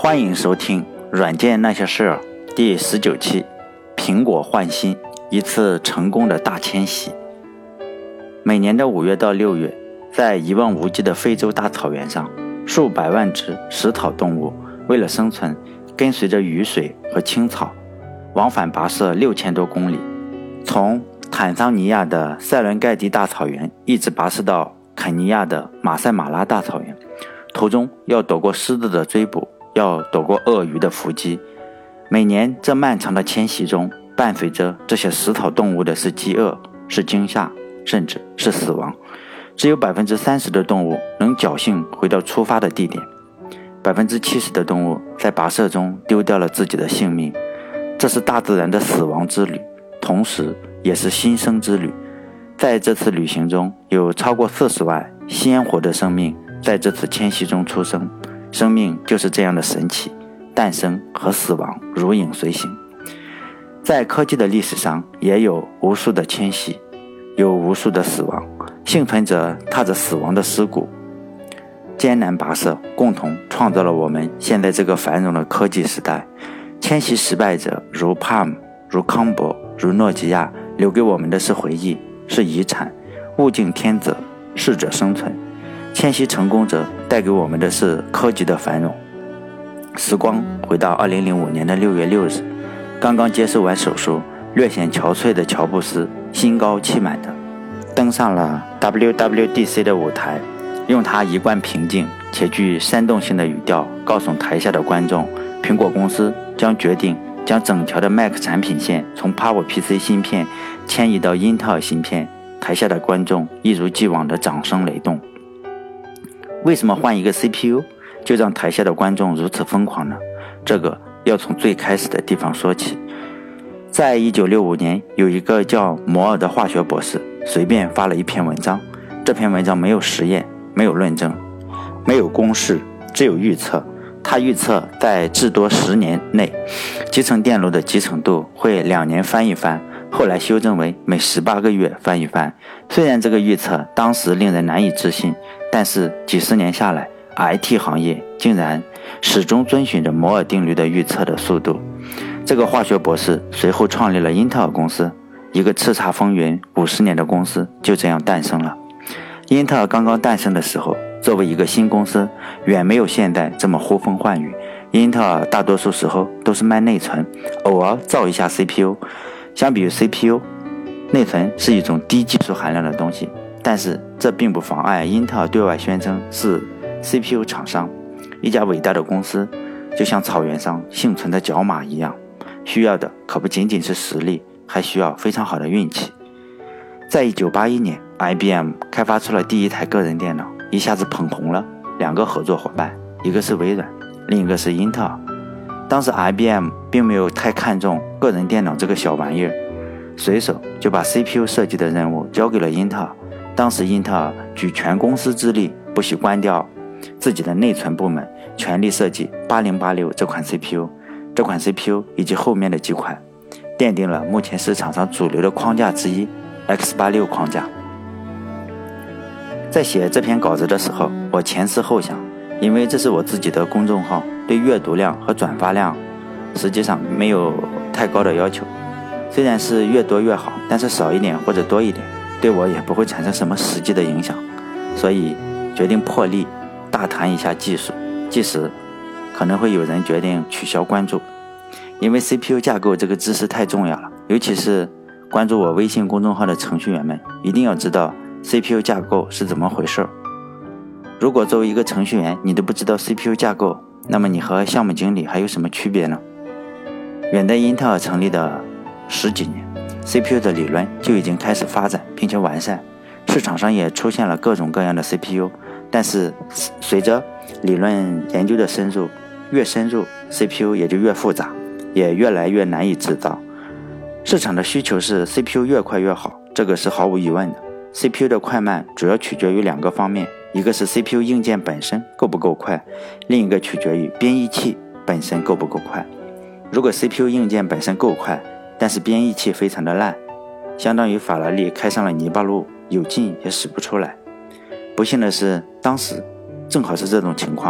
欢迎收听《软件那些事儿》第19期，苹果换新，一次成功的大迁徙。每年的5月到6月，在一望无际的非洲大草原上，数百万只食草动物为了生存，跟随着雨水和青草，往返跋涉6000多公里，从坦桑尼亚的塞伦盖蒂大草原一直跋涉到肯尼亚的马赛马拉大草原，途中要躲过狮子的追捕，要躲过鳄鱼的伏击。每年这漫长的迁徙中，伴随着这些食草动物的是饥饿，是惊吓，甚至是死亡。只有 30% 的动物能侥幸回到出发的地点， 70% 的动物在跋涉中丢掉了自己的性命。这是大自然的死亡之旅，同时也是新生之旅。在这次旅行中，有超过40万鲜活的生命在这次迁徙中出生。生命就是这样的神奇，诞生和死亡如影随形。在科技的历史上，也有无数的迁徙，有无数的死亡，幸存者踏着死亡的尸骨，艰难跋涉，共同创造了我们现在这个繁荣的科技时代。迁徙失败者如 Palm， 如康柏，如诺基亚，留给我们的是回忆，是遗产。物竞天择，适者生存。迁徙成功者带给我们的是科技的繁荣。时光回到2005年的6月6日，刚刚接受完手术，略显憔悴的乔布斯心高气满的登上了 WWDC 的舞台，用他一贯平静且具煽动性的语调告诉台下的观众，苹果公司将决定将整条的 Mac 产品线从 PowerPC 芯片迁移到英特尔芯片。台下的观众一如既往的掌声雷动。为什么换一个 CPU 就让台下的观众如此疯狂呢？这个要从最开始的地方说起。在1965年，有一个叫摩尔的化学博士随便发了一篇文章，这篇文章没有实验，没有论证，没有公式，只有预测。他预测在至多10年内，集成电路的集成度会2年翻一番，后来修正为每18个月翻一番。虽然这个预测当时令人难以置信，但是几十年下来， IT 行业竟然始终遵循着摩尔定律的预测的速度。这个化学博士随后创立了英特尔公司，一个叱咤风云50年的公司就这样诞生了。英特尔刚刚诞生的时候，作为一个新公司，远没有现在这么呼风唤雨。英特尔大多数时候都是卖内存，偶尔造一下 CPU。 相比于 CPU， 内存是一种低技术含量的东西，但是这并不妨碍英特尔对外宣称是 CPU 厂商。一家伟大的公司就像草原上幸存的角马一样，需要的可不仅仅是实力，还需要非常好的运气。在1981年， IBM 开发出了第一台个人电脑，一下子捧红了2个合作伙伴，一个是微软，另一个是英特尔。当时 IBM 并没有太看重个人电脑这个小玩意儿，随手就把 CPU 设计的任务交给了英特尔。当时英特尔举全公司之力，不惜关掉自己的内存部门，全力设计8086这款 CPU。 这款 CPU 以及后面的几款奠定了目前市场上主流的框架之一 X86 框架。在写这篇稿子的时候，我前思后想，因为这是我自己的公众号，对阅读量和转发量实际上没有太高的要求，虽然是越多越好，但是少一点或者多一点对我也不会产生什么实际的影响，所以决定破例大谈一下技术。即使可能会有人决定取消关注，因为 CPU 架构这个知识太重要了，尤其是关注我微信公众号的程序员们一定要知道 CPU 架构是怎么回事。如果作为一个程序员你都不知道 CPU 架构，那么你和项目经理还有什么区别呢？远在英特尔成立的10几年， CPU 的理论就已经开始发展并且完善，市场上也出现了各种各样的 CPU。 但是随着理论研究的深入，越深入 CPU 也就越复杂，也越来越难以制造。市场的需求是 CPU 越快越好，这个是毫无疑问的。 CPU 的快慢主要取决于2个方面，一个是 CPU 硬件本身够不够快，另一个取决于编译器本身够不够快。如果 CPU 硬件本身够快，但是编译器非常的烂，相当于法拉利开上了泥巴路，有劲也使不出来。不幸的是，当时正好是这种情况，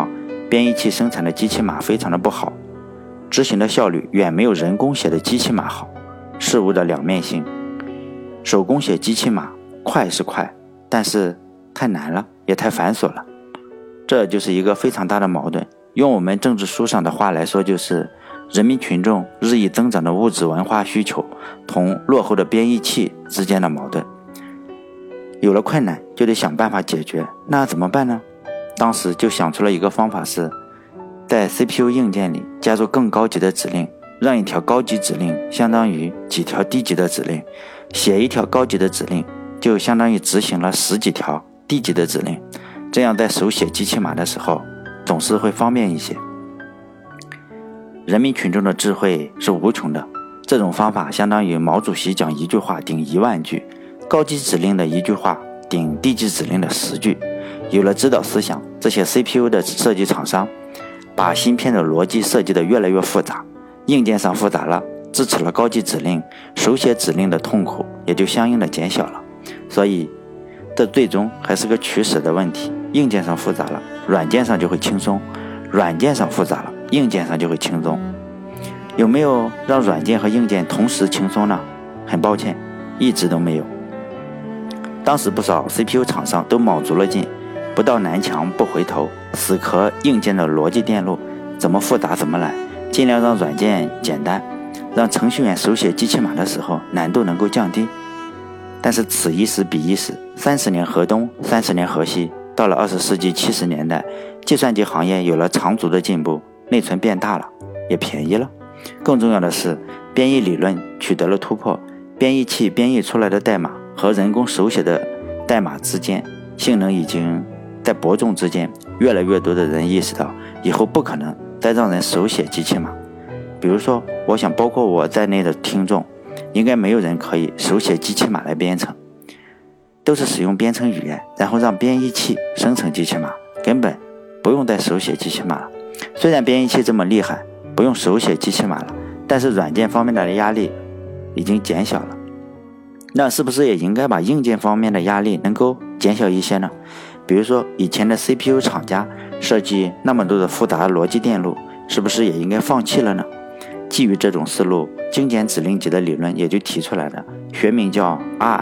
编译器生产的机器码非常的不好，执行的效率远没有人工写的机器码好。事物的两面性，手工写机器码快是快，但是太难了，也太繁琐了。这就是一个非常大的矛盾。用我们政治书上的话来说，就是人民群众日益增长的物质文化需求同落后的编译器之间的矛盾。有了困难就得想办法解决，那怎么办呢？当时就想出了一个方法，是在 CPU 硬件里加入更高级的指令，让一条高级指令相当于几条低级的指令，写一条高级的指令就相当于执行了10几条低级的指令，这样在手写机器码的时候总是会方便一些。人民群众的智慧是无穷的，这种方法相当于毛主席讲一句话顶1万句，高级指令的一句话顶低级指令的10句。有了指导思想，这些 CPU 的设计厂商把芯片的逻辑设计得越来越复杂，硬件上复杂了，支持了高级指令，手写指令的痛苦也就相应的减小了。所以这最终还是个取舍的问题，硬件上复杂了，软件上就会轻松，软件上复杂了，硬件上就会轻松。有没有让软件和硬件同时轻松呢？很抱歉，一直都没有。当时不少 CPU 厂商都卯足了劲，不到南墙不回头，死磕硬件的逻辑电路，怎么复杂怎么来，尽量让软件简单，让程序员手写机器码的时候难度能够降低。但是此一时彼一时，30年河东30年河西，到了20世纪70年代，计算机行业有了长足的进步，内存变大了，也便宜了。更重要的是，编译理论取得了突破，编译器编译出来的代码和人工手写的代码之间性能已经在伯仲之间。越来越多的人意识到，以后不可能再让人手写机器码。比如说，我想包括我在内的听众，应该没有人可以手写机器码来编程，都是使用编程语言，然后让编译器生成机器码，根本不用再手写机器码了。虽然编译器这么厉害，不用手写机器码了，但是软件方面的压力已经减小了。那是不是也应该把硬件方面的压力能够减小一些呢？比如说以前的 CPU 厂家设计那么多的复杂逻辑电路，是不是也应该放弃了呢？基于这种思路，精简指令集的理论也就提出来了，学名叫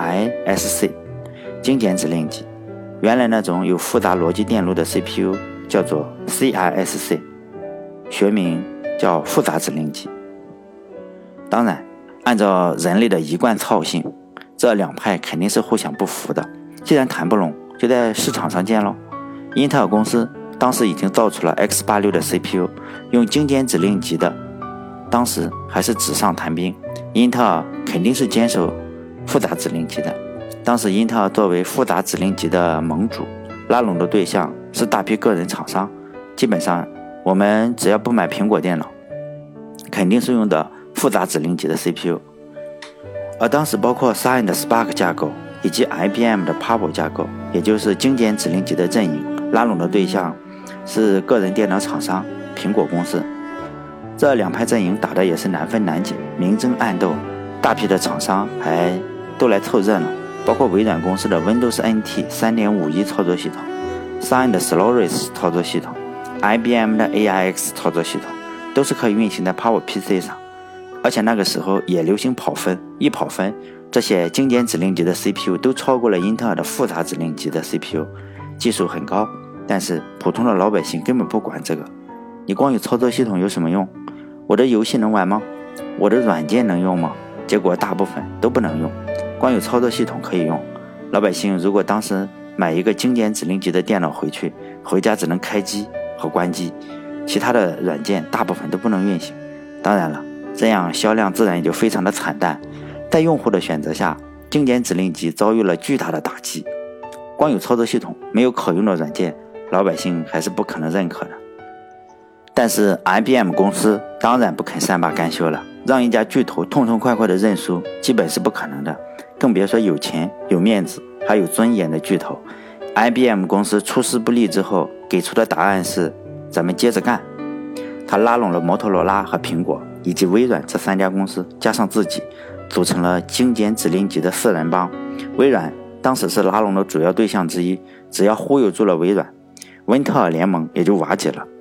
RISC 精简指令集。原来那种有复杂逻辑电路的 CPU 叫做 CISC， 学名叫复杂指令集。当然按照人类的一贯操性，这两派肯定是互相不服的，既然谈不拢，就在市场上见咯。英特尔公司当时已经造出了 X86 的 CPU， 用精简指令集的，当时还是纸上谈兵，英特尔肯定是坚守复杂指令集的。当时英特尔作为复杂指令集的盟主，拉拢的对象是大批个人厂商，基本上我们只要不买苹果电脑，肯定是用的复杂指令集的 CPU。 而当时包括 Sun 的 Spark 架构以及 IBM 的 Pavlov 架构，也就是精简指令集的阵营，拉拢的对象是个人电脑厂商苹果公司。这两派阵营打的也是难分难解，明争暗斗，大批的厂商还都来凑热闹，包括微软公司的 Windows NT 3.51 操作系统， Sun 的 Solaris 操作系统， IBM 的 AIX 操作系统，都是可以运行在 PowerPC 上。而且那个时候也流行跑分，一跑分，这些精简指令集的 CPU 都超过了英特尔的复杂指令集的 CPU， 技术很高，但是普通的老百姓根本不管这个。你光有操作系统有什么用？我的游戏能玩吗？我的软件能用吗？结果大部分都不能用，光有操作系统可以用。老百姓如果当时买一个精简指令集的电脑回家只能开机和关机，其他的软件大部分都不能运行。当然了，这样销量自然也就非常的惨淡。在用户的选择下，精简指令集遭遇了巨大的打击。光有操作系统，没有可用的软件，老百姓还是不可能认可的。但是 IBM 公司当然不肯善罢甘休了，让一家巨头痛痛快快的认输，基本是不可能的，更别说有钱有面子还有尊严的巨头。 IBM 公司出师不利之后给出的答案是，咱们接着干。他拉拢了摩托罗拉和苹果以及微软这3家公司，加上自己，组成了精简指令集的4人帮。微软当时是拉拢的主要对象之一，只要忽悠住了微软，温特尔联盟也就瓦解了。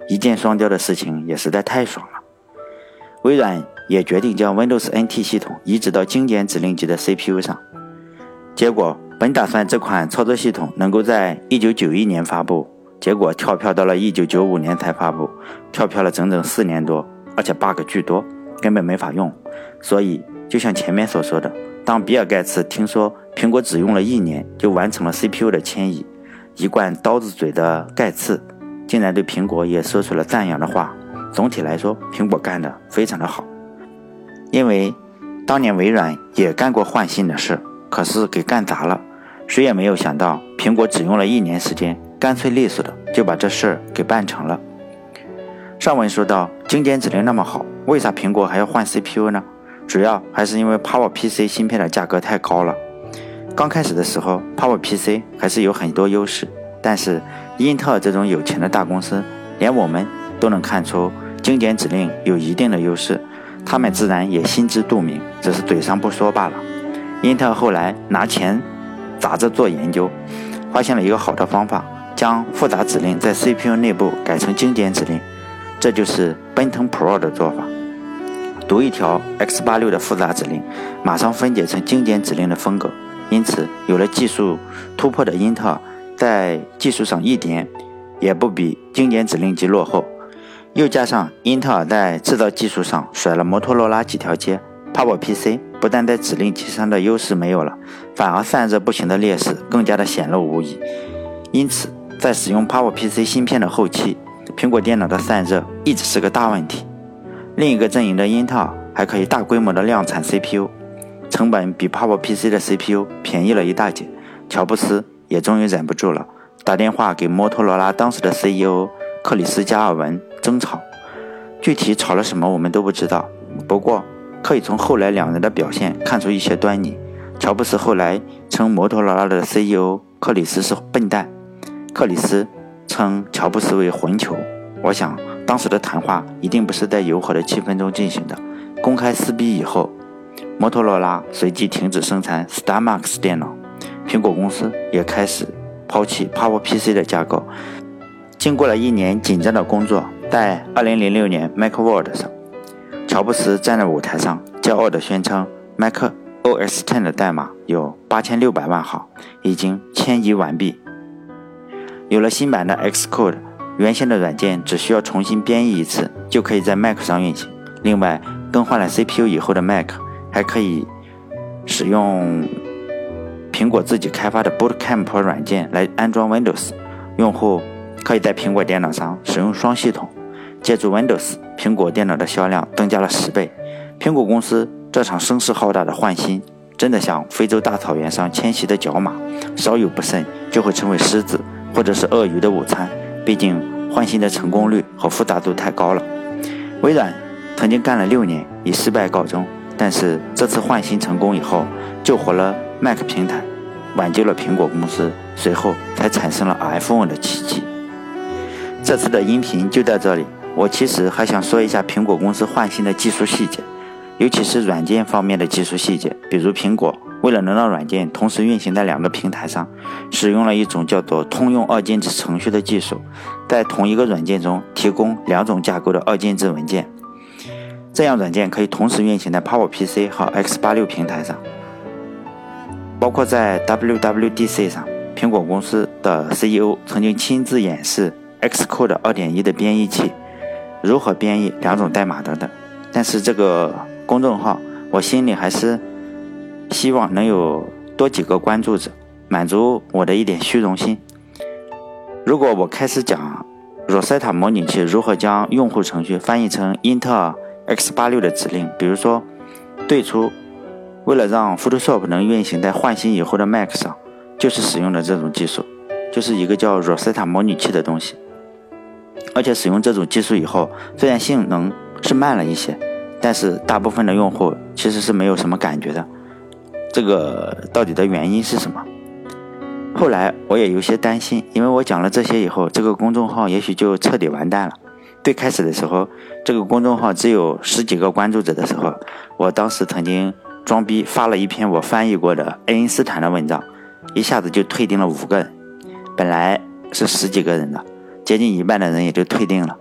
一箭双雕的事情也实在太爽了。微软也决定将 Windows NT 系统移植到经典指令集的 CPU 上，结果本打算这款操作系统能够在1991年发布，结果跳票到了1995年才发布，跳票了整整4年多，而且 bug 巨多，根本没法用。所以就像前面所说的，当比尔盖茨听说苹果只用了1年就完成了 CPU 的迁移，一贯刀子嘴的盖茨竟然对苹果也说出了赞扬的话。总体来说，苹果干得非常的好，因为当年微软也干过换新的事，可是给干砸了。谁也没有想到苹果只用了1年时间，干脆利索的就把这事给办成了。上文说到经典指令那么好，为啥苹果还要换 CPU 呢？主要还是因为 PowerPC 芯片的价格太高了。刚开始的时候 PowerPC 还是有很多优势，但是英特尔这种有钱的大公司，连我们都能看出经典指令有一定的优势，他们自然也心知肚明，只是嘴上不说罢了。英特尔后来拿钱砸着做研究，发现了一个好的方法，将复杂指令在 CPU 内部改成经典指令，这就是奔腾 Pro 的做法。读一条 x86 的复杂指令，马上分解成经典指令的风格，因此有了技术突破的英特尔在技术上一点也不比经典指令集落后，又加上英特尔在制造技术上甩了摩托罗拉几条街， PowerPC 不但在指令集上的优势没有了，反而散热不行的劣势更加的显露无遗。因此在使用 PowerPC 芯片的后期，苹果电脑的散热一直是个大问题。另一个阵营的英特尔还可以大规模的量产 CPU， 成本比 PowerPC 的 CPU 便宜了一大截。乔布斯也终于忍不住了，打电话给摩托罗拉当时的 CEO 克里斯加尔文争吵，具体吵了什么我们都不知道，不过可以从后来两人的表现看出一些端倪。乔布斯后来称摩托罗拉的 CEO 克里斯是笨蛋，克里斯称乔布斯为混球。我想当时的谈话一定不是在友好的气氛中进行的。公开撕逼以后，摩托罗拉随即停止生产 StarMax 电脑，苹果公司也开始抛弃 PowerPC 的架构。经过了1年紧张的工作，在2006年 Macworld 上，乔布斯站在舞台上骄傲地宣称 Mac OS X 的代码有8600万行，已经迁移完毕。有了新版的 Xcode， 原先的软件只需要重新编译一次就可以在 Mac 上运行。另外，更换了 CPU 以后的 Mac 还可以使用苹果自己开发的 Bootcamp 软件来安装 Windows， 用户可以在苹果电脑上使用双系统。借助 Windows， 苹果电脑的销量增加了10倍。苹果公司这场声势浩大的换新，真的像非洲大草原上迁徙的角马，稍有不慎就会成为狮子或者是鳄鱼的午餐。毕竟换新的成功率和复杂度太高了。微软曾经干了6年，以失败告终，但是这次换新成功以后，救活了 Mac 平台，挽救了苹果公司，随后才产生了 iPhone 的奇迹。这次的音频就到这里，我其实还想说一下苹果公司换新的技术细节，尤其是软件方面的技术细节。比如苹果为了能让软件同时运行在2个平台上，使用了一种叫做通用二进制程序的技术，在同一个软件中提供2种架构的二进制文件，这样软件可以同时运行在 PowerPC 和 X86 平台上。包括在 WWDC 上，苹果公司的 CEO 曾经亲自演示 Xcode 2.1 的编译器，如何编译2种代码等等。但是这个公众号我心里还是希望能有多几个关注者，满足我的一点虚荣心。如果我开始讲 Rosetta 模拟器如何将用户程序翻译成英特尔 X86 的指令，比如说对出为了让 Photoshop 能运行在换新以后的 Mac 上，就是使用的这种技术，就是一个叫 Rosetta 模拟器的东西。而且使用这种技术以后，虽然性能是慢了一些，但是大部分的用户其实是没有什么感觉的。这个到底的原因是什么？后来我也有些担心，因为我讲了这些以后，这个公众号也许就彻底完蛋了。最开始的时候，这个公众号只有10几个关注者的时候，我当时曾经装逼发了一篇我翻译过的爱因斯坦的文章，一下子就退订了5个人，本来是10几个人的，接近一半的人也就退订了。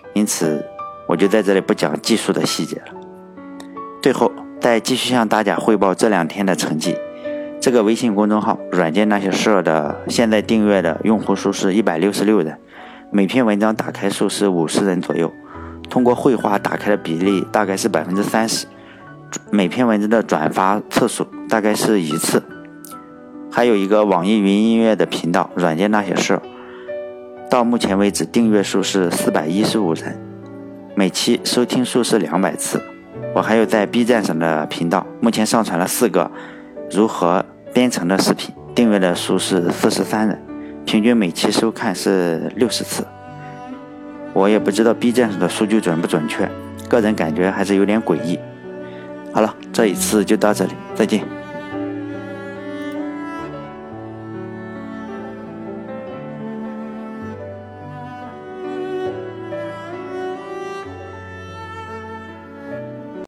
因此我就在这里不讲技术的细节了。最后再继续向大家汇报这2天的成绩。这个微信公众号软件那些事的现在订阅的用户数是166人，每篇文章打开数是50人左右，通过绘画打开的比例大概是30%，每篇文章的转发次数大概是1次。还有一个网易云音乐的频道软件那些事，到目前为止订阅数是415人，每期收听数是200次。我还有在 B 站上的频道，目前上传了4个如何编程的视频，订阅的数是43人，平均每期收看是60次。我也不知道 B 站上的数据准不准确，个人感觉还是有点诡异。好了，这一次就到这里，再见。